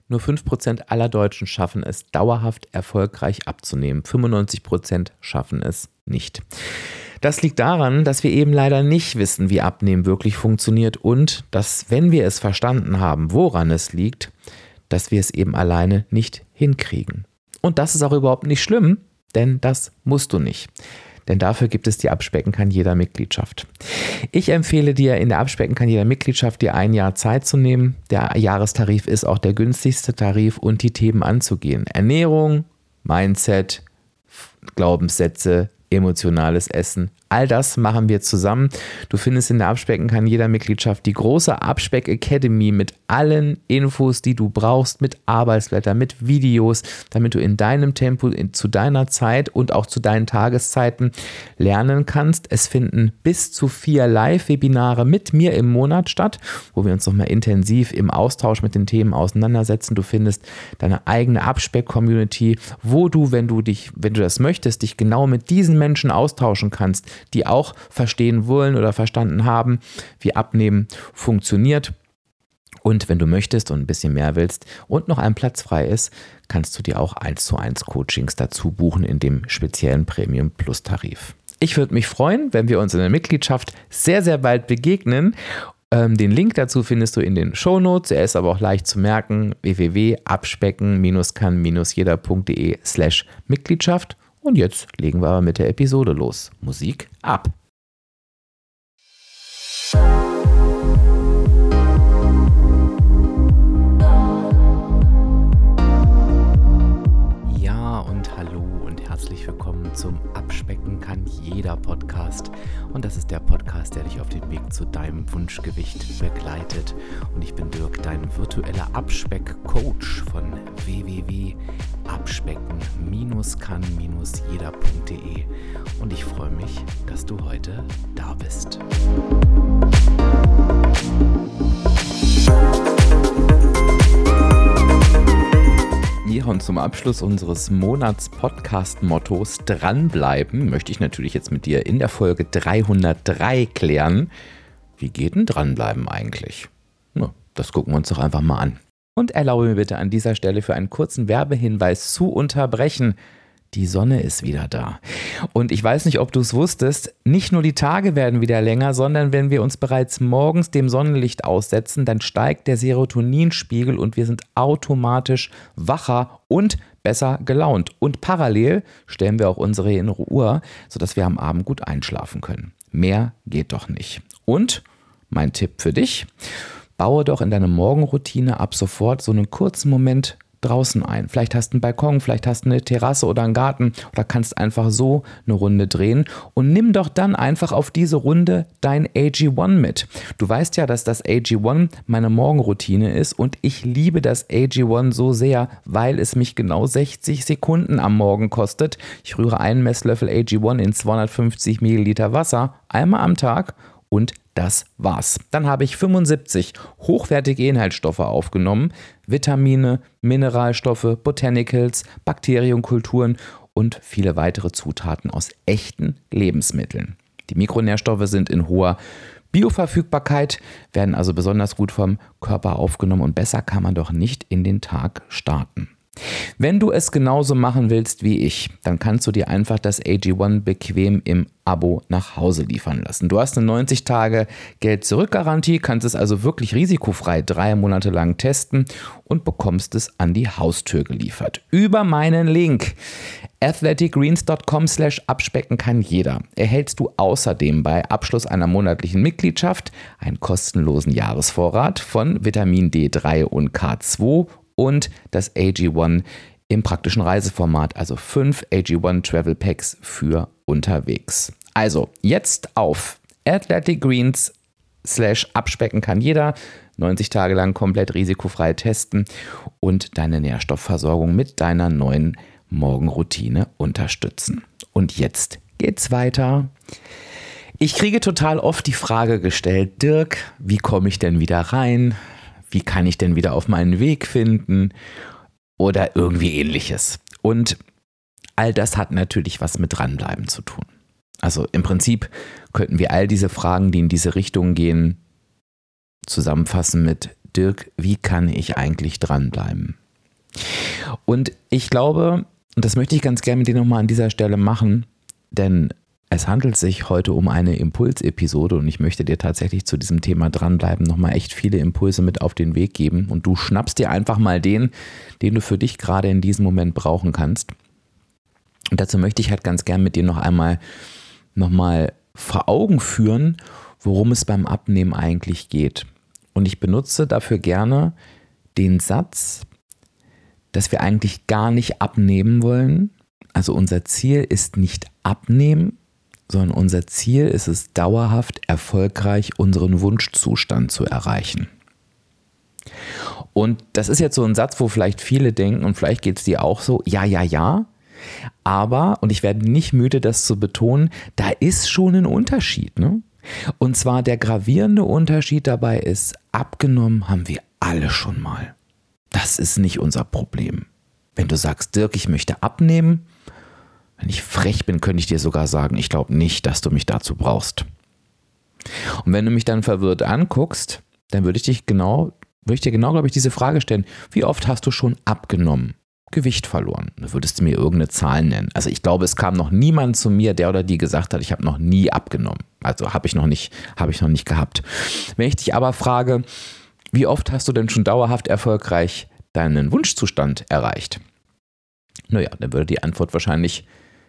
Nur 5% aller Deutschen schaffen es, dauerhaft erfolgreich abzunehmen. 95% schaffen es nicht. Das liegt daran, dass wir eben leider nicht wissen, wie Abnehmen wirklich funktioniert und dass, wenn wir es verstanden haben, woran es liegt, dass wir es eben alleine nicht hinkriegen. Und das ist auch überhaupt nicht schlimm, denn das musst du nicht. Denn dafür gibt es die Abspecken kann jeder Mitgliedschaft. Ich empfehle dir in der Abspecken kann jeder Mitgliedschaft dir ein Jahr Zeit zu nehmen. Der Jahrestarif ist auch der günstigste Tarif und die Themen anzugehen. Ernährung, Mindset, Glaubenssätze, emotionales Essen. All das machen wir zusammen. Du findest in der Abspecken kann jeder Mitgliedschaft die große Abspeck Academy mit allen Infos, die du brauchst, mit Arbeitsblättern, mit Videos, damit du in deinem Tempo, zu deiner Zeit und auch zu deinen Tageszeiten lernen kannst. Es finden bis zu 4 Live-Webinare mit mir im Monat statt, wo wir uns nochmal intensiv im Austausch mit den Themen auseinandersetzen. Du findest deine eigene Abspeck-Community, wo du, wenn du das möchtest, dich genau mit diesen Menschen austauschen kannst, die auch verstehen wollen oder verstanden haben, wie Abnehmen funktioniert. Und wenn du möchtest und ein bisschen mehr willst und noch ein Platz frei ist, kannst du dir auch 1:1 Coachings dazu buchen in dem speziellen Premium Plus Tarif. Ich würde mich freuen, wenn wir uns in der Mitgliedschaft sehr, sehr bald begegnen. Den Link dazu findest du in den Shownotes. Er ist aber auch leicht zu merken: www.abspecken-kann-jeder.de/Mitgliedschaft. Und jetzt legen wir aber mit der Episode los. Musik ab! Ja und hallo und herzlich willkommen zum Abspecken kann jeder Podcast. Und das ist der Podcast, der dich auf dem Weg zu deinem Wunschgewicht begleitet. Und ich bin Dirk, dein virtueller Abspeck-Coach von www.abspecken-kann-jeder.de. Und ich freue mich, dass du heute da bist. Ja, und zum Abschluss unseres Monats-Podcast-Mottos dranbleiben, möchte ich natürlich jetzt mit dir in der Folge 303 klären, wie geht denn dranbleiben eigentlich? Na, das gucken wir uns doch einfach mal an. Und erlaube mir bitte an dieser Stelle für einen kurzen Werbehinweis zu unterbrechen. Die Sonne ist wieder da. Und ich weiß nicht, ob du es wusstest, nicht nur die Tage werden wieder länger, sondern wenn wir uns bereits morgens dem Sonnenlicht aussetzen, dann steigt der Serotoninspiegel und wir sind automatisch wacher und besser gelaunt. Und parallel stellen wir auch unsere innere Uhr, sodass wir am Abend gut einschlafen können. Mehr geht doch nicht. Und mein Tipp für dich: Baue doch in deine Morgenroutine ab sofort so einen kurzen Moment draußen ein. Vielleicht hast du einen Balkon, vielleicht hast du eine Terrasse oder einen Garten oder kannst einfach so eine Runde drehen und nimm doch dann einfach auf diese Runde dein AG1 mit. Du weißt ja, dass das AG1 meine Morgenroutine ist und ich liebe das AG1 so sehr, weil es mich genau 60 Sekunden am Morgen kostet. Ich rühre einen Messlöffel AG1 in 250 Milliliter Wasser einmal am Tag und das war's. Dann habe ich 75 hochwertige Inhaltsstoffe aufgenommen, Vitamine, Mineralstoffe, Botanicals, Bakterienkulturen und viele weitere Zutaten aus echten Lebensmitteln. Die Mikronährstoffe sind in hoher Bioverfügbarkeit, werden also besonders gut vom Körper aufgenommen und besser kann man doch nicht in den Tag starten. Wenn du es genauso machen willst wie ich, dann kannst du dir einfach das AG1 bequem im Abo nach Hause liefern lassen. Du hast eine 90-Tage-Geld-Zurück-Garantie, kannst es also wirklich risikofrei 3 Monate lang testen und bekommst es an die Haustür geliefert. Über meinen Link athleticgreens.com/abspecken kann jeder erhältst du außerdem bei Abschluss einer monatlichen Mitgliedschaft einen kostenlosen Jahresvorrat von Vitamin D3 und K2 und das AG1 im praktischen Reiseformat, also 5 AG1 Travel Packs für unterwegs. Also jetzt auf athleticgreens/abspecken kann jeder 90 Tage lang komplett risikofrei testen und deine Nährstoffversorgung mit deiner neuen Morgenroutine unterstützen. Und jetzt geht's weiter. Ich kriege total oft die Frage gestellt: Dirk, wie komme ich denn wieder rein? Wie kann ich denn wieder auf meinen Weg finden? Oder irgendwie ähnliches. Und all das hat natürlich was mit dranbleiben zu tun. Also im Prinzip könnten wir all diese Fragen, die in diese Richtung gehen, zusammenfassen mit: Dirk, wie kann ich eigentlich dranbleiben? Und ich glaube, und das möchte ich ganz gerne mit dir nochmal an dieser Stelle machen, denn es handelt sich heute um eine Impulsepisode und ich möchte dir tatsächlich zu diesem Thema dranbleiben, nochmal echt viele Impulse mit auf den Weg geben und du schnappst dir einfach mal den du für dich gerade in diesem Moment brauchen kannst. Und dazu möchte ich halt ganz gern mit dir noch einmal vor Augen führen, worum es beim Abnehmen eigentlich geht. Und ich benutze dafür gerne den Satz, dass wir eigentlich gar nicht abnehmen wollen. Also unser Ziel ist nicht abnehmen, sondern unser Ziel ist es, dauerhaft erfolgreich unseren Wunschzustand zu erreichen. Und das ist jetzt so ein Satz, wo vielleicht viele denken, und vielleicht geht es dir auch so, ja, aber, und ich werde nicht müde, das zu betonen, da ist schon ein Unterschied, ne? Und zwar der gravierende Unterschied dabei ist, abgenommen haben wir alle schon mal. Das ist nicht unser Problem. Wenn du sagst, Dirk, ich möchte abnehmen, wenn ich frech bin, könnte ich dir sogar sagen, ich glaube nicht, dass du mich dazu brauchst. Und wenn du mich dann verwirrt anguckst, dann würde ich dir genau, glaube ich, diese Frage stellen, wie oft hast du schon abgenommen, Gewicht verloren? Du würdest du mir irgendeine Zahl nennen. Also ich glaube, es kam noch niemand zu mir, der oder die gesagt hat, ich habe noch nie abgenommen. Also habe ich noch nicht gehabt. Wenn ich dich aber frage, wie oft hast du denn schon dauerhaft erfolgreich deinen Wunschzustand erreicht? Naja, dann würde die Antwort wahrscheinlich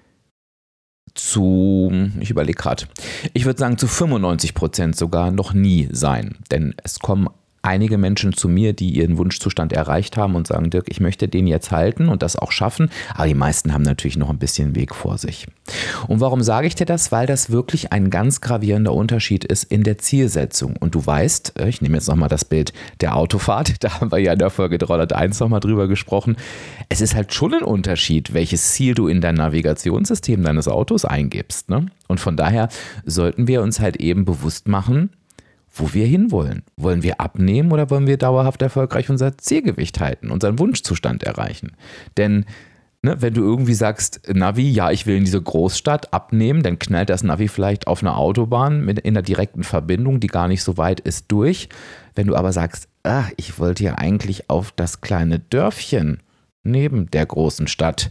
ich überlege gerade, ich würde sagen zu 95% sogar noch nie sein. Denn es kommen einige Menschen zu mir, die ihren Wunschzustand erreicht haben und sagen, Dirk, ich möchte den jetzt halten und das auch schaffen. Aber die meisten haben natürlich noch ein bisschen Weg vor sich. Und warum sage ich dir das? Weil das wirklich ein ganz gravierender Unterschied ist in der Zielsetzung. Und du weißt, ich nehme jetzt nochmal das Bild der Autofahrt, da haben wir ja in der Folge 301 nochmal drüber gesprochen. Es ist halt schon ein Unterschied, welches Ziel du in dein Navigationssystem deines Autos eingibst, ne? Und von daher sollten wir uns halt eben bewusst machen, wo wir hinwollen. Wollen wir abnehmen oder wollen wir dauerhaft erfolgreich unser Zielgewicht halten, unseren Wunschzustand erreichen? Denn wenn du irgendwie sagst, Navi, ja, ich will in diese Großstadt abnehmen, dann knallt das Navi vielleicht auf einer Autobahn in einer direkten Verbindung, die gar nicht so weit ist, durch. Wenn du aber sagst, ich wollte ja eigentlich auf das kleine Dörfchen neben der großen Stadt,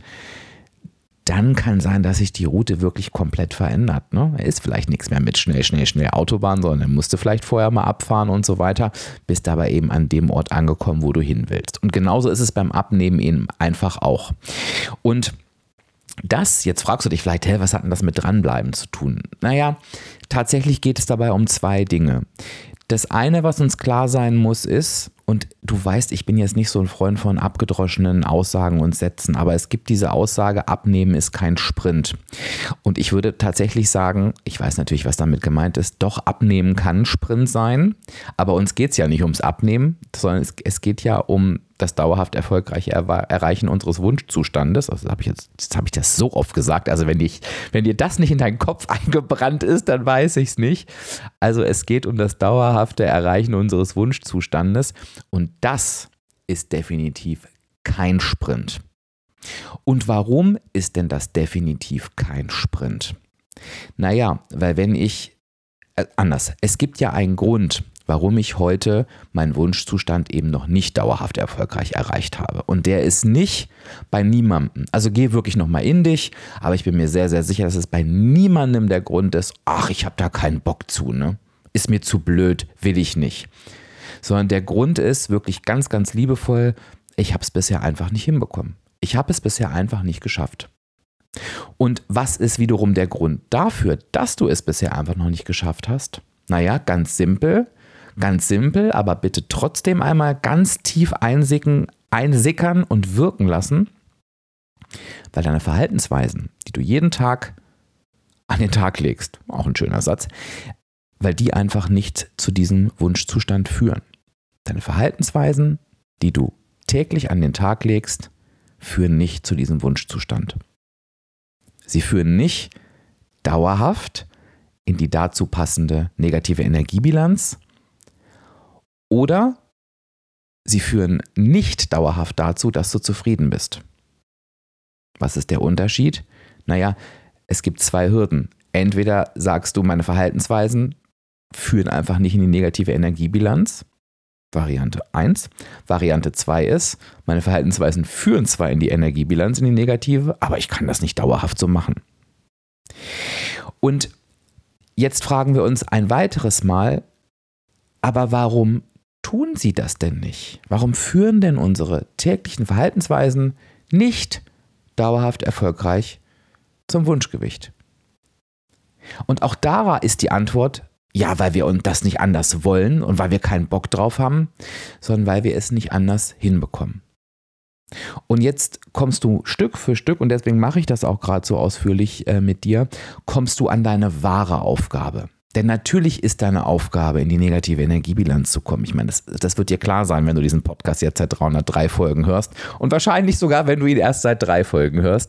dann kann sein, dass sich die Route wirklich komplett verändert. Ne? Ist vielleicht nichts mehr mit schnell Autobahn, sondern musst du vielleicht vorher mal abfahren und so weiter, bist aber eben an dem Ort angekommen, wo du hin willst. Und genauso ist es beim Abnehmen eben einfach auch. Und jetzt fragst du dich vielleicht, was hat denn das mit Dranbleiben zu tun? Naja, tatsächlich geht es dabei um zwei Dinge. Das eine, was uns klar sein muss, ist, und du weißt, ich bin jetzt nicht so ein Freund von abgedroschenen Aussagen und Sätzen, aber es gibt diese Aussage, Abnehmen ist kein Sprint. Und ich würde tatsächlich sagen, ich weiß natürlich, was damit gemeint ist, doch Abnehmen kann Sprint sein, aber uns geht es ja nicht ums Abnehmen, sondern es geht ja um das dauerhaft erfolgreiche Erreichen unseres Wunschzustandes. Also jetzt habe ich das so oft gesagt, also wenn dir das nicht in deinen Kopf eingebrannt ist, dann weiß ich es nicht. Also es geht um das dauerhafte Erreichen unseres Wunschzustandes und das ist definitiv kein Sprint. Und warum ist denn das definitiv kein Sprint? Naja, weil es gibt ja einen Grund, warum ich heute meinen Wunschzustand eben noch nicht dauerhaft erfolgreich erreicht habe. Und der ist nicht bei niemandem. Also geh wirklich nochmal in dich, aber ich bin mir sehr, sehr sicher, dass es bei niemandem der Grund ist, ich habe da keinen Bock zu, ne? Ist mir zu blöd, will ich nicht. Sondern der Grund ist wirklich ganz, ganz liebevoll, ich habe es bisher einfach nicht hinbekommen. Ich habe es bisher einfach nicht geschafft. Und was ist wiederum der Grund dafür, dass du es bisher einfach noch nicht geschafft hast? Naja, ganz simpel, aber bitte trotzdem einmal ganz tief einsickern und wirken lassen, weil deine Verhaltensweisen, die du jeden Tag an den Tag legst, auch ein schöner Satz, weil die einfach nicht zu diesem Wunschzustand führen. Deine Verhaltensweisen, die du täglich an den Tag legst, führen nicht zu diesem Wunschzustand. Sie führen nicht dauerhaft in die dazu passende negative Energiebilanz oder sie führen nicht dauerhaft dazu, dass du zufrieden bist. Was ist der Unterschied? Naja, es gibt zwei Hürden. Entweder sagst du, meine Verhaltensweisen führen einfach nicht in die negative Energiebilanz Variante 1. Variante 2 ist, meine Verhaltensweisen führen zwar in die Energiebilanz, in die negative, aber ich kann das nicht dauerhaft so machen. Und jetzt fragen wir uns ein weiteres Mal, aber warum tun sie das denn nicht? Warum führen denn unsere täglichen Verhaltensweisen nicht dauerhaft erfolgreich zum Wunschgewicht? Und auch da ist die Antwort, ja, weil wir uns das nicht anders wollen und weil wir keinen Bock drauf haben, sondern weil wir es nicht anders hinbekommen. Und jetzt kommst du Stück für Stück, und deswegen mache ich das auch gerade so ausführlich mit dir, kommst du an deine wahre Aufgabe. Denn natürlich ist deine Aufgabe, in die negative Energiebilanz zu kommen. Ich meine, das wird dir klar sein, wenn du diesen Podcast jetzt seit 303 Folgen hörst und wahrscheinlich sogar, wenn du ihn erst seit 3 Folgen hörst.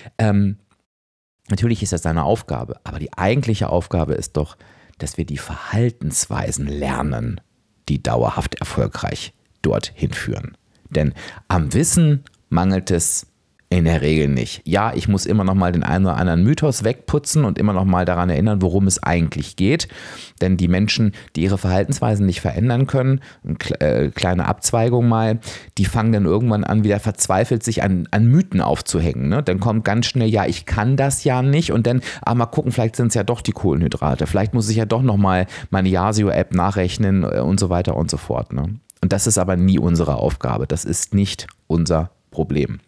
Natürlich ist das deine Aufgabe, aber die eigentliche Aufgabe ist doch, dass wir die Verhaltensweisen lernen, die dauerhaft erfolgreich dorthin führen. Denn am Wissen mangelt es in der Regel nicht. Ja, ich muss immer noch mal den einen oder anderen Mythos wegputzen und immer noch mal daran erinnern, worum es eigentlich geht. Denn die Menschen, die ihre Verhaltensweisen nicht verändern können, kleine Abzweigung mal, die fangen dann irgendwann an, wieder verzweifelt sich an Mythen aufzuhängen. Ne? Dann kommt ganz schnell, ja, ich kann das ja nicht. Und dann, mal gucken, vielleicht sind es ja doch die Kohlenhydrate. Vielleicht muss ich ja doch noch mal meine Yasio-App nachrechnen und so weiter und so fort. Ne? Und das ist aber nie unsere Aufgabe. Das ist nicht unser Problem.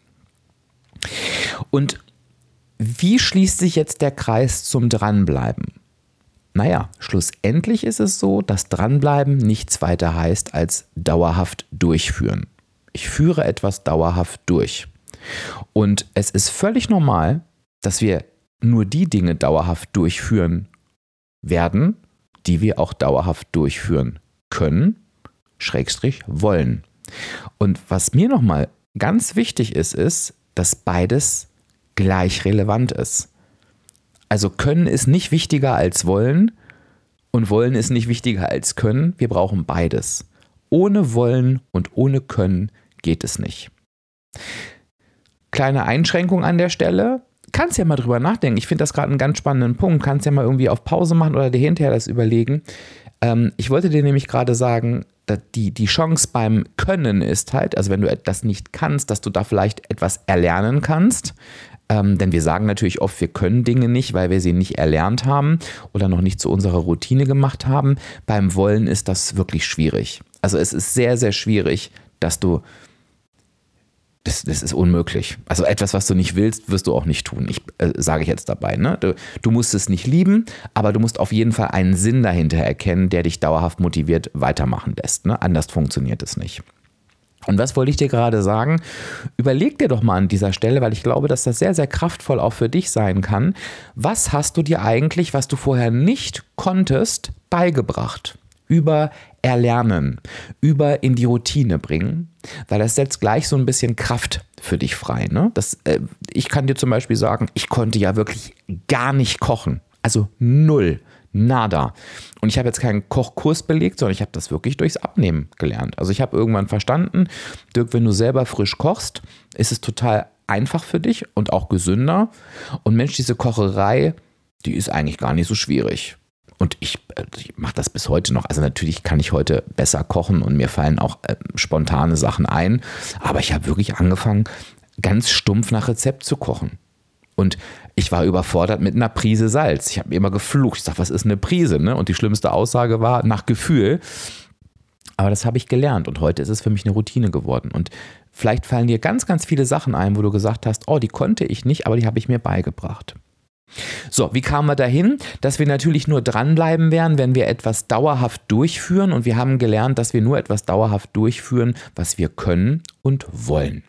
Und wie schließt sich jetzt der Kreis zum Dranbleiben? Naja, schlussendlich ist es so, dass Dranbleiben nichts weiter heißt als dauerhaft durchführen. Ich führe etwas dauerhaft durch. Und es ist völlig normal, dass wir nur die Dinge dauerhaft durchführen werden, die wir auch dauerhaft durchführen können, / wollen. Und was mir nochmal ganz wichtig ist, dass beides gleich relevant ist. Also können ist nicht wichtiger als wollen und wollen ist nicht wichtiger als können. Wir brauchen beides. Ohne wollen und ohne können geht es nicht. Kleine Einschränkung an der Stelle. Kannst ja mal drüber nachdenken. Ich finde das gerade einen ganz spannenden Punkt. Kannst ja mal irgendwie auf Pause machen oder dir hinterher das überlegen. Ich wollte dir nämlich gerade sagen, die Chance beim Können ist halt, also wenn du etwas nicht kannst, dass du da vielleicht etwas erlernen kannst. Denn wir sagen natürlich oft, wir können Dinge nicht, weil wir sie nicht erlernt haben oder noch nicht zu unserer Routine gemacht haben. Beim Wollen ist das wirklich schwierig. Also es ist sehr, sehr schwierig, dass du... Das ist unmöglich. Also etwas, was du nicht willst, wirst du auch nicht tun. Sage ich jetzt dabei. Ne? Du musst es nicht lieben, aber du musst auf jeden Fall einen Sinn dahinter erkennen, der dich dauerhaft motiviert weitermachen lässt. Ne? Anders funktioniert es nicht. Und was wollte ich dir gerade sagen? Überleg dir doch mal an dieser Stelle, weil ich glaube, dass das sehr, sehr kraftvoll auch für dich sein kann. Was hast du dir eigentlich, was du vorher nicht konntest, beigebracht? Über Erlernen, über in die Routine bringen, weil das setzt gleich so ein bisschen Kraft für dich frei. Ne? Ich kann dir zum Beispiel sagen, ich konnte ja wirklich gar nicht kochen, also null, nada. Und ich habe jetzt keinen Kochkurs belegt, sondern ich habe das wirklich durchs Abnehmen gelernt. Also ich habe irgendwann verstanden, Dirk, wenn du selber frisch kochst, ist es total einfach für dich und auch gesünder. Und Mensch, diese Kocherei, die ist eigentlich gar nicht so schwierig. Und ich mache das bis heute noch. Also natürlich kann ich heute besser kochen und mir fallen auch spontane Sachen ein. Aber ich habe wirklich angefangen, ganz stumpf nach Rezept zu kochen. Und ich war überfordert mit einer Prise Salz. Ich habe mir immer geflucht. Ich sage, was ist eine Prise? Ne? Und die schlimmste Aussage war nach Gefühl. Aber das habe ich gelernt und heute ist es für mich eine Routine geworden. Und vielleicht fallen dir ganz, ganz viele Sachen ein, wo du gesagt hast, oh, die konnte ich nicht, aber die habe ich mir beigebracht. So, wie kamen wir dahin? Dass wir natürlich nur dranbleiben werden, wenn wir etwas dauerhaft durchführen. Und wir haben gelernt, dass wir nur etwas dauerhaft durchführen, was wir können und wollen.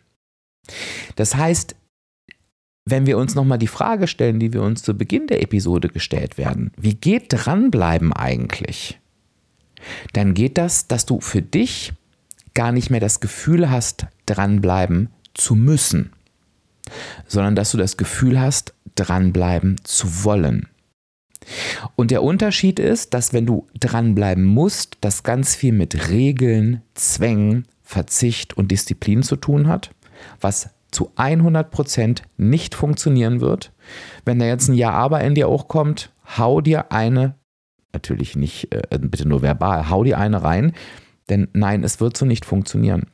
Das heißt, wenn wir uns nochmal die Frage stellen, die wir uns zu Beginn der Episode gestellt werden, wie geht dranbleiben eigentlich? Dann geht das, dass du für dich gar nicht mehr das Gefühl hast, dranbleiben zu müssen, sondern dass du das Gefühl hast, dranbleiben zu wollen. Und der Unterschied ist, dass wenn du dranbleiben musst, das ganz viel mit Regeln, Zwängen, Verzicht und Disziplin zu tun hat, was zu 100% nicht funktionieren wird. Wenn da jetzt ein Ja-Aber in dir hochkommt, hau dir eine, natürlich nicht, bitte nur verbal, hau dir eine rein, Denn nein, es wird so nicht funktionieren.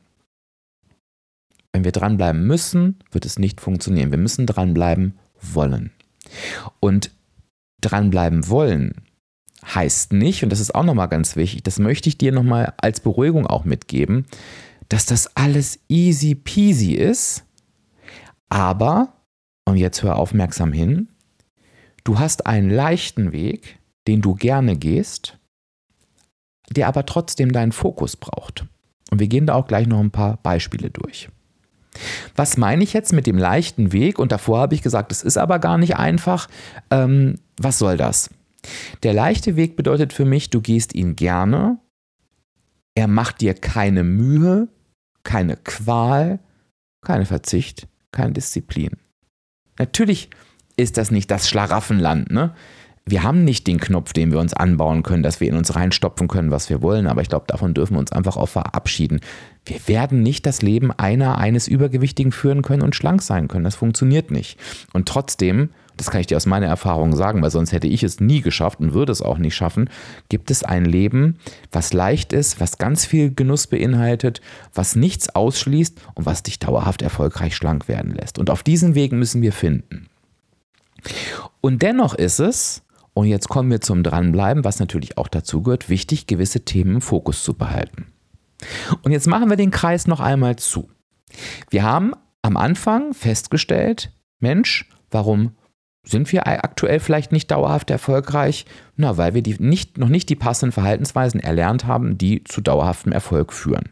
Wenn wir dranbleiben müssen, wird es nicht funktionieren. Wir müssen dranbleiben wollen. Und dranbleiben wollen heißt nicht, und das ist auch nochmal ganz wichtig, das möchte ich dir nochmal als Beruhigung auch mitgeben, dass das alles easy peasy ist, aber, und jetzt hör aufmerksam hin, du hast einen leichten Weg, den du gerne gehst, der aber trotzdem deinen Fokus braucht. Und wir gehen da auch gleich noch ein paar Beispiele durch. Was meine ich jetzt mit dem leichten Weg? Und davor habe ich gesagt, es ist aber gar nicht einfach. Was soll das? Der leichte Weg bedeutet für mich, du gehst ihn gerne, er macht dir keine Mühe, keine Qual, keine Verzicht, keine Disziplin. Natürlich ist das nicht das Schlaraffenland, ne? Wir haben nicht den Knopf, den wir uns anbauen können, dass wir in uns reinstopfen können, was wir wollen, aber ich glaube, davon dürfen wir uns einfach auch verabschieden. Wir werden nicht das Leben eines Übergewichtigen führen können und schlank sein können. Das funktioniert nicht. Und trotzdem, das kann ich dir aus meiner Erfahrung sagen, weil sonst hätte ich es nie geschafft und würde es auch nicht schaffen, gibt es ein Leben, was leicht ist, was ganz viel Genuss beinhaltet, was nichts ausschließt und was dich dauerhaft erfolgreich schlank werden lässt. Und auf diesen Weg müssen wir finden. Und dennoch ist es, und jetzt kommen wir zum Dranbleiben, was natürlich auch dazu gehört, wichtig, gewisse Themen im Fokus zu behalten. Und jetzt machen wir den Kreis noch einmal zu. Wir haben am Anfang festgestellt, Mensch, warum sind wir aktuell vielleicht nicht dauerhaft erfolgreich? Na, weil wir noch nicht die passenden Verhaltensweisen erlernt haben, die zu dauerhaftem Erfolg führen.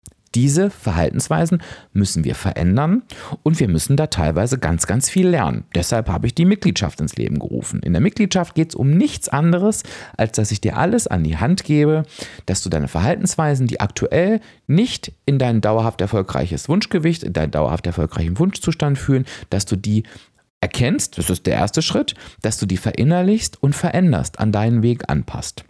Diese Verhaltensweisen müssen wir verändern und wir müssen da teilweise ganz, ganz viel lernen. Deshalb habe ich die Mitgliedschaft ins Leben gerufen. In der Mitgliedschaft geht es um nichts anderes, als dass ich dir alles an die Hand gebe, dass du deine Verhaltensweisen, die aktuell nicht in dein dauerhaft erfolgreiches Wunschgewicht, in deinen dauerhaft erfolgreichen Wunschzustand führen, dass du die erkennst, das ist der erste Schritt, dass du die verinnerlichst und veränderst, an deinen Weg anpasst.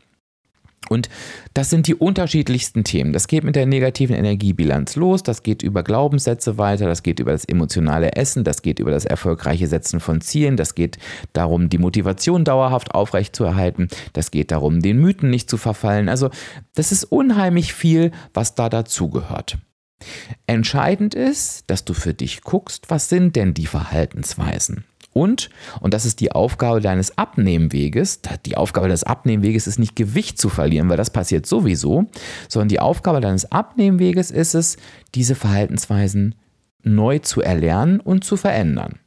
Und das sind die unterschiedlichsten Themen. Das geht mit der negativen Energiebilanz los, das geht über Glaubenssätze weiter, das geht über das emotionale Essen, das geht über das erfolgreiche Setzen von Zielen, das geht darum, die Motivation dauerhaft aufrechtzuerhalten, das geht darum, den Mythen nicht zu verfallen. Also das ist unheimlich viel, was da dazugehört. Entscheidend ist, dass du für dich guckst, was sind denn die Verhaltensweisen? Und das ist die Aufgabe deines Abnehmweges, die Aufgabe des Abnehmweges ist nicht Gewicht zu verlieren, weil das passiert sowieso, sondern die Aufgabe deines Abnehmweges ist es, diese Verhaltensweisen neu zu erlernen und zu verändern.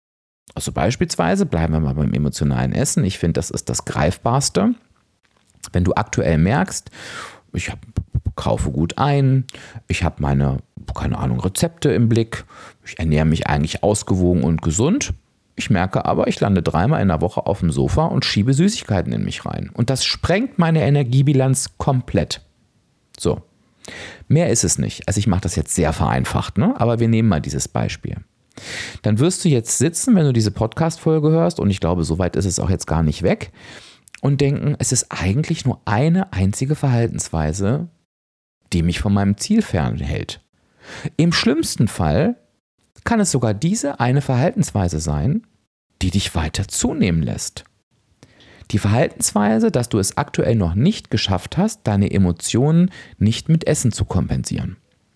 Also beispielsweise, bleiben wir mal beim emotionalen Essen, ich finde, das ist das Greifbarste. Wenn du aktuell merkst, ich kaufe gut ein, ich habe meine, keine Ahnung, Rezepte im Blick, ich ernähre mich eigentlich ausgewogen und gesund. Ich merke aber, ich lande 3-mal in der Woche auf dem Sofa und schiebe Süßigkeiten in mich rein. Und das sprengt meine Energiebilanz komplett. So, mehr ist es nicht. Also ich mache das jetzt sehr vereinfacht, ne? Aber wir nehmen mal dieses Beispiel. Dann wirst du jetzt sitzen, wenn du diese Podcast-Folge hörst, und ich glaube, so weit ist es auch jetzt gar nicht weg, und denken, es ist eigentlich nur eine einzige Verhaltensweise, die mich von meinem Ziel fernhält. Im schlimmsten Fall kann es sogar diese eine Verhaltensweise sein, die dich weiter zunehmen lässt. Die Verhaltensweise, dass du es aktuell noch nicht geschafft hast, deine Emotionen nicht mit Essen zu kompensieren.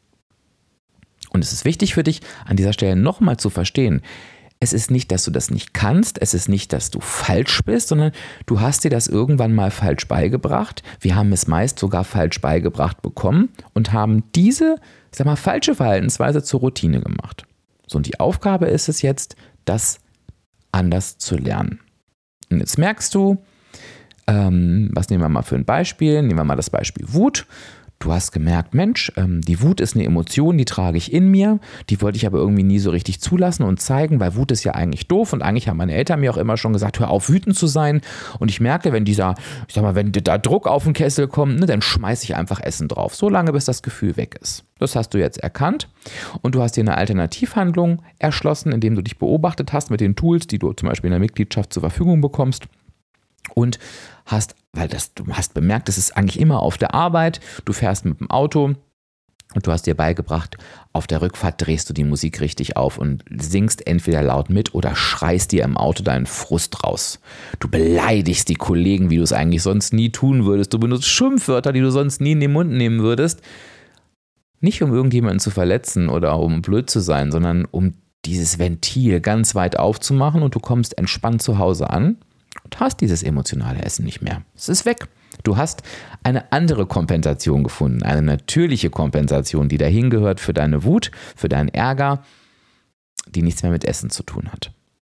Und es ist wichtig für dich, an dieser Stelle nochmal zu verstehen, es ist nicht, dass du das nicht kannst, es ist nicht, dass du falsch bist, sondern du hast dir das irgendwann mal falsch beigebracht. Wir haben es meist sogar falsch beigebracht bekommen und haben diese, falsche Verhaltensweise zur Routine gemacht. So, und die Aufgabe ist es jetzt, das anders zu lernen. Und jetzt merkst du, was nehmen wir mal für ein Beispiel? Nehmen wir mal das Beispiel Wut. Du hast gemerkt, Mensch, die Wut ist eine Emotion, die trage ich in mir, die wollte ich aber irgendwie nie so richtig zulassen und zeigen, weil Wut ist ja eigentlich doof und eigentlich haben meine Eltern mir auch immer schon gesagt, hör auf, wütend zu sein, und ich merke, wenn wenn da Druck auf den Kessel kommt, ne, dann schmeiße ich einfach Essen drauf, so lange, bis das Gefühl weg ist. Das hast du jetzt erkannt und du hast dir eine Alternativhandlung erschlossen, indem du dich beobachtet hast mit den Tools, die du zum Beispiel in der Mitgliedschaft zur Verfügung bekommst. Und du hast bemerkt, es ist eigentlich immer auf der Arbeit, du fährst mit dem Auto Und du hast dir beigebracht, auf der Rückfahrt drehst du die Musik richtig auf und singst entweder laut mit oder schreist dir im Auto deinen Frust raus. Du beleidigst die Kollegen, wie du es eigentlich sonst nie tun würdest. Du benutzt Schimpfwörter, die du sonst nie in den Mund nehmen würdest. Nicht um irgendjemanden zu verletzen oder um blöd zu sein, sondern um dieses Ventil ganz weit aufzumachen und du kommst entspannt zu Hause an und hast dieses emotionale Essen nicht mehr. Es ist weg. Du hast eine andere Kompensation gefunden, eine natürliche Kompensation, die dahin gehört für deine Wut, für deinen Ärger, die nichts mehr mit Essen zu tun hat.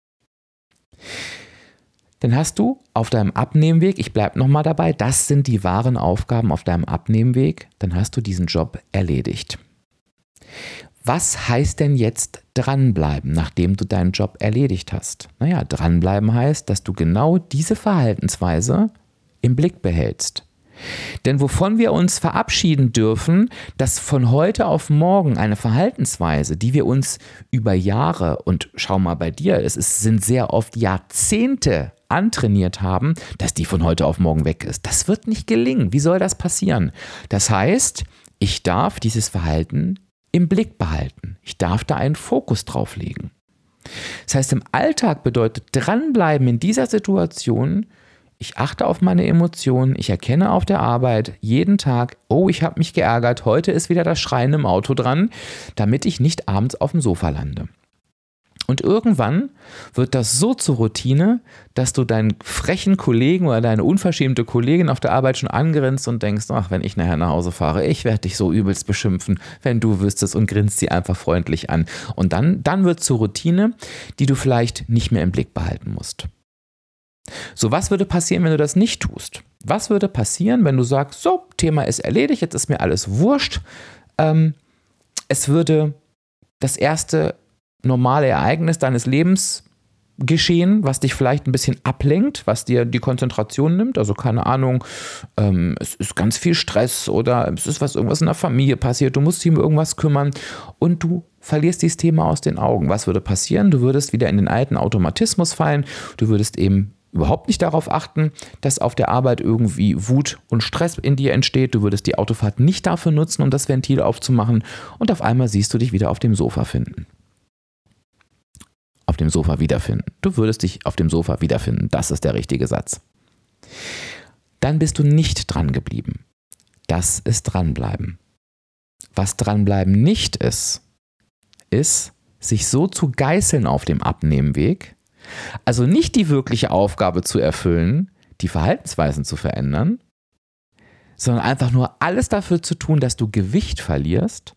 Dann hast du auf deinem Abnehmweg, ich bleibe nochmal dabei, das sind die wahren Aufgaben auf deinem Abnehmweg, dann hast du diesen Job erledigt. Was heißt denn jetzt dranbleiben, nachdem du deinen Job erledigt hast? Naja, dranbleiben heißt, dass du genau diese Verhaltensweise im Blick behältst. Denn wovon wir uns verabschieden dürfen, dass von heute auf morgen eine Verhaltensweise, die wir uns über Jahre, und schau mal bei dir, sind sehr oft Jahrzehnte antrainiert haben, dass die von heute auf morgen weg ist. Das wird nicht gelingen. Wie soll das passieren? Das heißt, ich darf dieses Verhalten im Blick behalten. Ich darf da einen Fokus drauf legen. Das heißt, im Alltag bedeutet dranbleiben in dieser Situation, ich achte auf meine Emotionen, ich erkenne auf der Arbeit jeden Tag, oh, ich habe mich geärgert, heute ist wieder das Schreien im Auto dran, damit ich nicht abends auf dem Sofa lande. Und irgendwann wird das so zur Routine, dass du deinen frechen Kollegen oder deine unverschämte Kollegin auf der Arbeit schon angrinst und denkst, ach, wenn ich nachher nach Hause fahre, ich werde dich so übelst beschimpfen, wenn du wüsstest, und grinst sie einfach freundlich an. Und dann wird es zur Routine, die du vielleicht nicht mehr im Blick behalten musst. So, was würde passieren, wenn du das nicht tust? Was würde passieren, wenn du sagst, so, Thema ist erledigt, jetzt ist mir alles wurscht. Es würde das erste normale Ereignis deines Lebens geschehen, was dich vielleicht ein bisschen ablenkt, was dir die Konzentration nimmt. Also keine Ahnung, es ist ganz viel Stress oder es ist irgendwas in der Familie passiert, du musst dich um irgendwas kümmern und du verlierst dieses Thema aus den Augen. Was würde passieren? Du würdest wieder in den alten Automatismus fallen, du würdest eben überhaupt nicht darauf achten, dass auf der Arbeit irgendwie Wut und Stress in dir entsteht. Du würdest die Autofahrt nicht dafür nutzen, um das Ventil aufzumachen und auf einmal siehst du dich wieder auf dem Sofa finden. Auf dem Sofa wiederfinden. Du würdest dich auf dem Sofa wiederfinden. Das ist der richtige Satz. Dann bist du nicht dran geblieben. Das ist dranbleiben. Was dranbleiben nicht ist, sich so zu geißeln auf dem Abnehmweg, also nicht die wirkliche Aufgabe zu erfüllen, die Verhaltensweisen zu verändern, sondern einfach nur alles dafür zu tun, dass du Gewicht verlierst,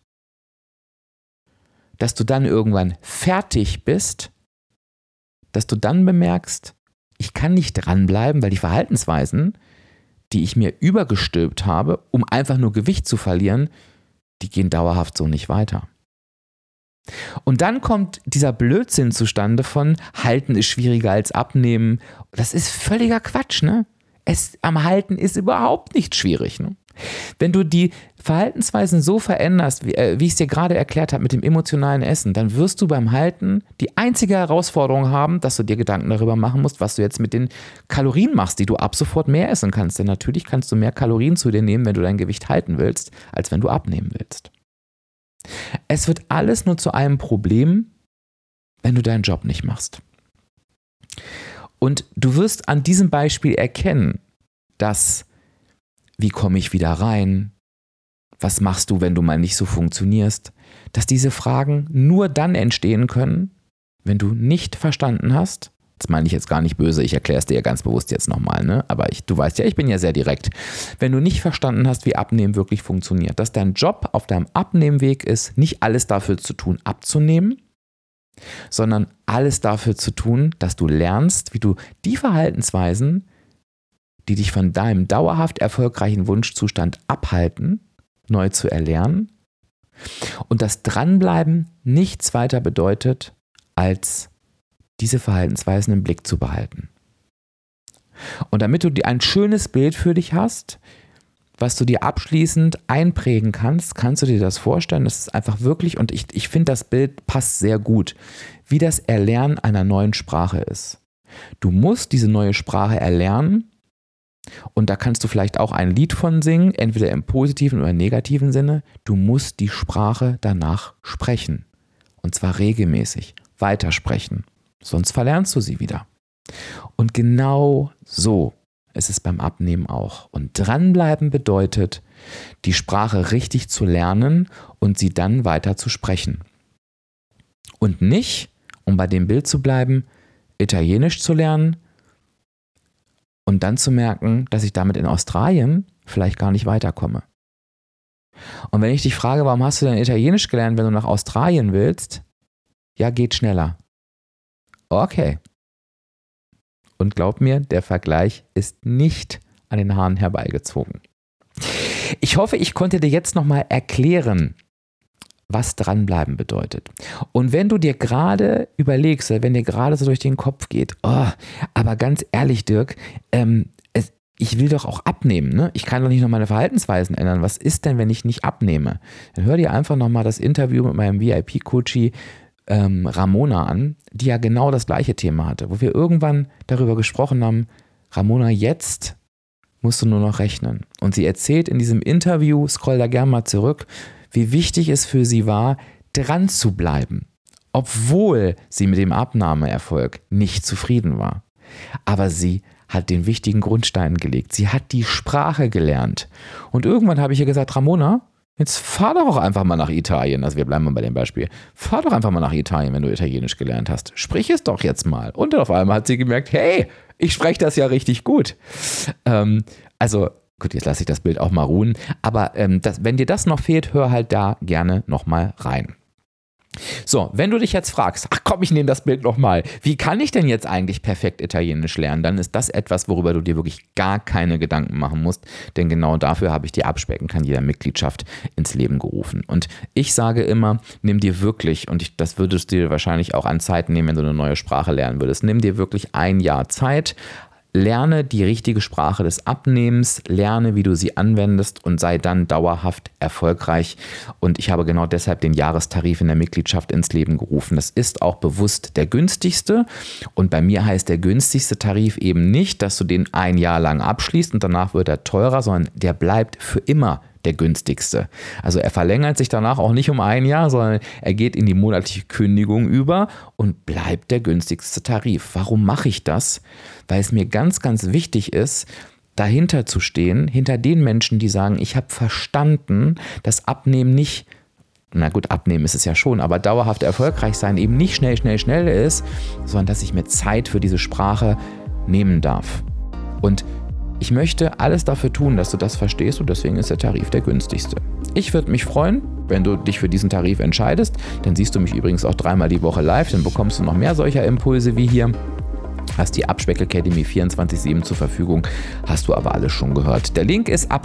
dass du dann irgendwann fertig bist, dass du dann bemerkst, ich kann nicht dranbleiben, weil die Verhaltensweisen, die ich mir übergestülpt habe, um einfach nur Gewicht zu verlieren, die gehen dauerhaft so nicht weiter. Und dann kommt dieser Blödsinn zustande von Halten ist schwieriger als Abnehmen. Das ist völliger Quatsch, ne? Am Halten ist überhaupt nicht schwierig, ne? Wenn du die Verhaltensweisen so veränderst, wie ich es dir gerade erklärt habe mit dem emotionalen Essen, dann wirst du beim Halten die einzige Herausforderung haben, dass du dir Gedanken darüber machen musst, was du jetzt mit den Kalorien machst, die du ab sofort mehr essen kannst. Denn natürlich kannst du mehr Kalorien zu dir nehmen, wenn du dein Gewicht halten willst, als wenn du abnehmen willst. Es wird alles nur zu einem Problem, wenn du deinen Job nicht machst. Und du wirst an diesem Beispiel erkennen, dass wie komme ich wieder rein? Was machst du, wenn du mal nicht so funktionierst? Dass diese Fragen nur dann entstehen können, wenn du nicht verstanden hast. Das meine ich jetzt gar nicht böse, ich erkläre es dir ja ganz bewusst jetzt nochmal, ne? Aber du weißt ja, ich bin ja sehr direkt. Wenn du nicht verstanden hast, wie Abnehmen wirklich funktioniert, dass dein Job auf deinem Abnehmweg ist, nicht alles dafür zu tun, abzunehmen, sondern alles dafür zu tun, dass du lernst, wie du die Verhaltensweisen, die dich von deinem dauerhaft erfolgreichen Wunschzustand abhalten, neu zu erlernen. Und das Dranbleiben nichts weiter bedeutet, als diese Verhaltensweisen im Blick zu behalten. Und damit du ein schönes Bild für dich hast, was du dir abschließend einprägen kannst, kannst du dir das vorstellen, das ist einfach wirklich, und ich finde, das Bild passt sehr gut, wie das Erlernen einer neuen Sprache ist. Du musst diese neue Sprache erlernen, Und da kannst du vielleicht auch ein Lied von singen, entweder im positiven oder negativen Sinne. Du musst die Sprache danach sprechen. Und zwar regelmäßig, weitersprechen. Sonst verlernst du sie wieder. Und genau so ist es beim Abnehmen auch. Und dranbleiben bedeutet, die Sprache richtig zu lernen und sie dann weiter zu sprechen. Und nicht, um bei dem Bild zu bleiben, Italienisch zu lernen und dann zu merken, dass ich damit in Australien vielleicht gar nicht weiterkomme. Und wenn ich dich frage, warum hast du denn Italienisch gelernt, wenn du nach Australien willst? Ja, geht schneller. Okay. Und glaub mir, der Vergleich ist nicht an den Haaren herbeigezogen. Ich hoffe, ich konnte dir jetzt nochmal erklären, was dranbleiben bedeutet. Und wenn du dir gerade überlegst, wenn dir gerade so durch den Kopf geht, aber ganz ehrlich, Dirk, ich will doch auch abnehmen, ne? Ich kann doch nicht noch meine Verhaltensweisen ändern. Was ist denn, wenn ich nicht abnehme? Dann hör dir einfach nochmal das Interview mit meinem VIP-Coachie Ramona an, die ja genau das gleiche Thema hatte, wo wir irgendwann darüber gesprochen haben, Ramona, jetzt musst du nur noch rechnen. Und sie erzählt in diesem Interview, scroll da gerne mal zurück, wie wichtig es für sie war, dran zu bleiben, obwohl sie mit dem Abnahmeerfolg nicht zufrieden war. Aber sie hat den wichtigen Grundstein gelegt. Sie hat die Sprache gelernt. Und irgendwann habe ich ihr gesagt, Ramona, jetzt fahr doch auch einfach mal nach Italien. Also wir bleiben mal bei dem Beispiel. Fahr doch einfach mal nach Italien, wenn du Italienisch gelernt hast. Sprich es doch jetzt mal. Und dann auf einmal hat sie gemerkt, hey, ich spreche das ja richtig gut. Gut, jetzt lasse ich das Bild auch mal ruhen. Aber wenn dir das noch fehlt, hör halt da gerne nochmal rein. So, wenn du dich jetzt fragst, ach komm, ich nehme das Bild nochmal, wie kann ich denn jetzt eigentlich perfekt Italienisch lernen? Dann ist das etwas, worüber du dir wirklich gar keine Gedanken machen musst, denn genau dafür habe ich die Abspecken kann jeder Mitgliedschaft ins Leben gerufen. Und ich sage immer, nimm dir wirklich, und das würdest du dir wahrscheinlich auch an Zeit nehmen, wenn du eine neue Sprache lernen würdest, nimm dir wirklich 1 Jahr Zeit, lerne die richtige Sprache des Abnehmens, lerne, wie du sie anwendest und sei dann dauerhaft erfolgreich. Und ich habe genau deshalb den Jahrestarif in der Mitgliedschaft ins Leben gerufen. Das ist auch bewusst der günstigste. Und bei mir heißt der günstigste Tarif eben nicht, dass du den 1 Jahr lang abschließt und danach wird er teurer, sondern der bleibt für immer der günstigste. Also er verlängert sich danach auch nicht um 1 Jahr, sondern er geht in die monatliche Kündigung über und bleibt der günstigste Tarif. Warum mache ich das? Weil es mir ganz, ganz wichtig ist, dahinter zu stehen, hinter den Menschen, die sagen, ich habe verstanden, dass Abnehmen nicht, na gut, abnehmen ist es ja schon, aber dauerhaft erfolgreich sein eben nicht schnell ist, sondern dass ich mir Zeit für diese Sprache nehmen darf. Und ich möchte alles dafür tun, dass du das verstehst und deswegen ist der Tarif der günstigste. Ich würde mich freuen, wenn du dich für diesen Tarif entscheidest. Dann siehst du mich übrigens auch 3-mal die Woche live, dann bekommst du noch mehr solcher Impulse wie hier. Hast die Abspeck Academy 24/7 zur Verfügung, hast du aber alles schon gehört. Der Link ist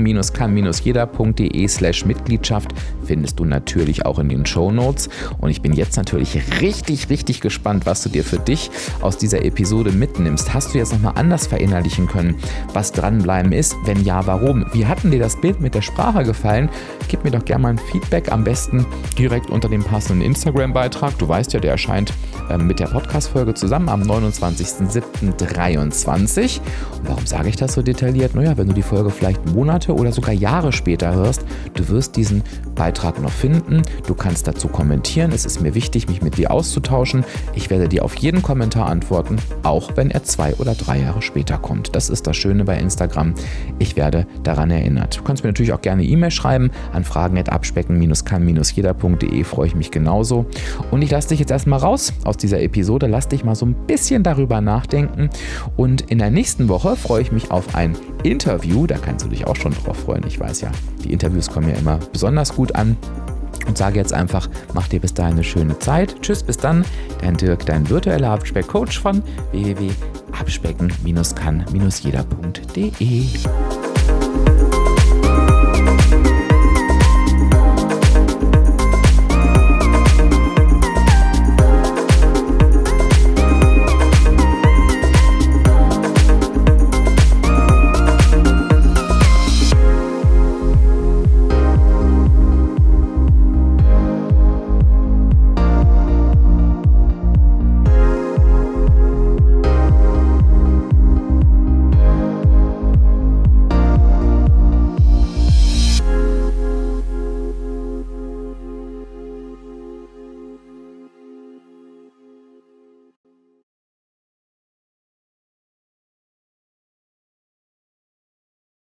abspecken-kann-jeder.de/Mitgliedschaft, findest du natürlich auch in den Shownotes. Und ich bin jetzt natürlich richtig gespannt, was du dir für dich aus dieser Episode mitnimmst. Hast du jetzt nochmal anders verinnerlichen können, was dranbleiben ist? Wenn ja, warum? Wie hat denn dir das Bild mit der Sprache gefallen? Gib mir doch gerne mal ein Feedback, am besten direkt unter dem passenden Instagram-Beitrag. Du weißt ja, der erscheint mit der Podcast-Folge zusammen am 29.07.23. Und warum sage ich das so detailliert? Naja, wenn du die Folge vielleicht Monate oder sogar Jahre später hörst, du wirst diesen Beitrag noch finden. Du kannst dazu kommentieren. Es ist mir wichtig, mich mit dir auszutauschen. Ich werde dir auf jeden Kommentar antworten, auch wenn er 2 oder 3 Jahre später kommt. Das ist das Schöne bei Instagram. Ich werde daran erinnert. Du kannst mir natürlich auch gerne E-Mail schreiben an fragen@abspecken-kann-jeder.de. Freue ich mich genauso. Und ich lasse dich jetzt erstmal raus aus dieser Episode. Lass dich mal so ein bisschen darüber nachdenken. Und in der nächsten Woche freue ich mich auf ein Interview. Da kannst du dich auch schon drauf freuen. Ich weiß ja, die Interviews kommen ja immer besonders gut an. Und sage jetzt einfach, mach dir bis dahin eine schöne Zeit. Tschüss, bis dann. Dein Dirk, dein virtueller Abspeck-Coach von www.abspecken-kann-jeder.de.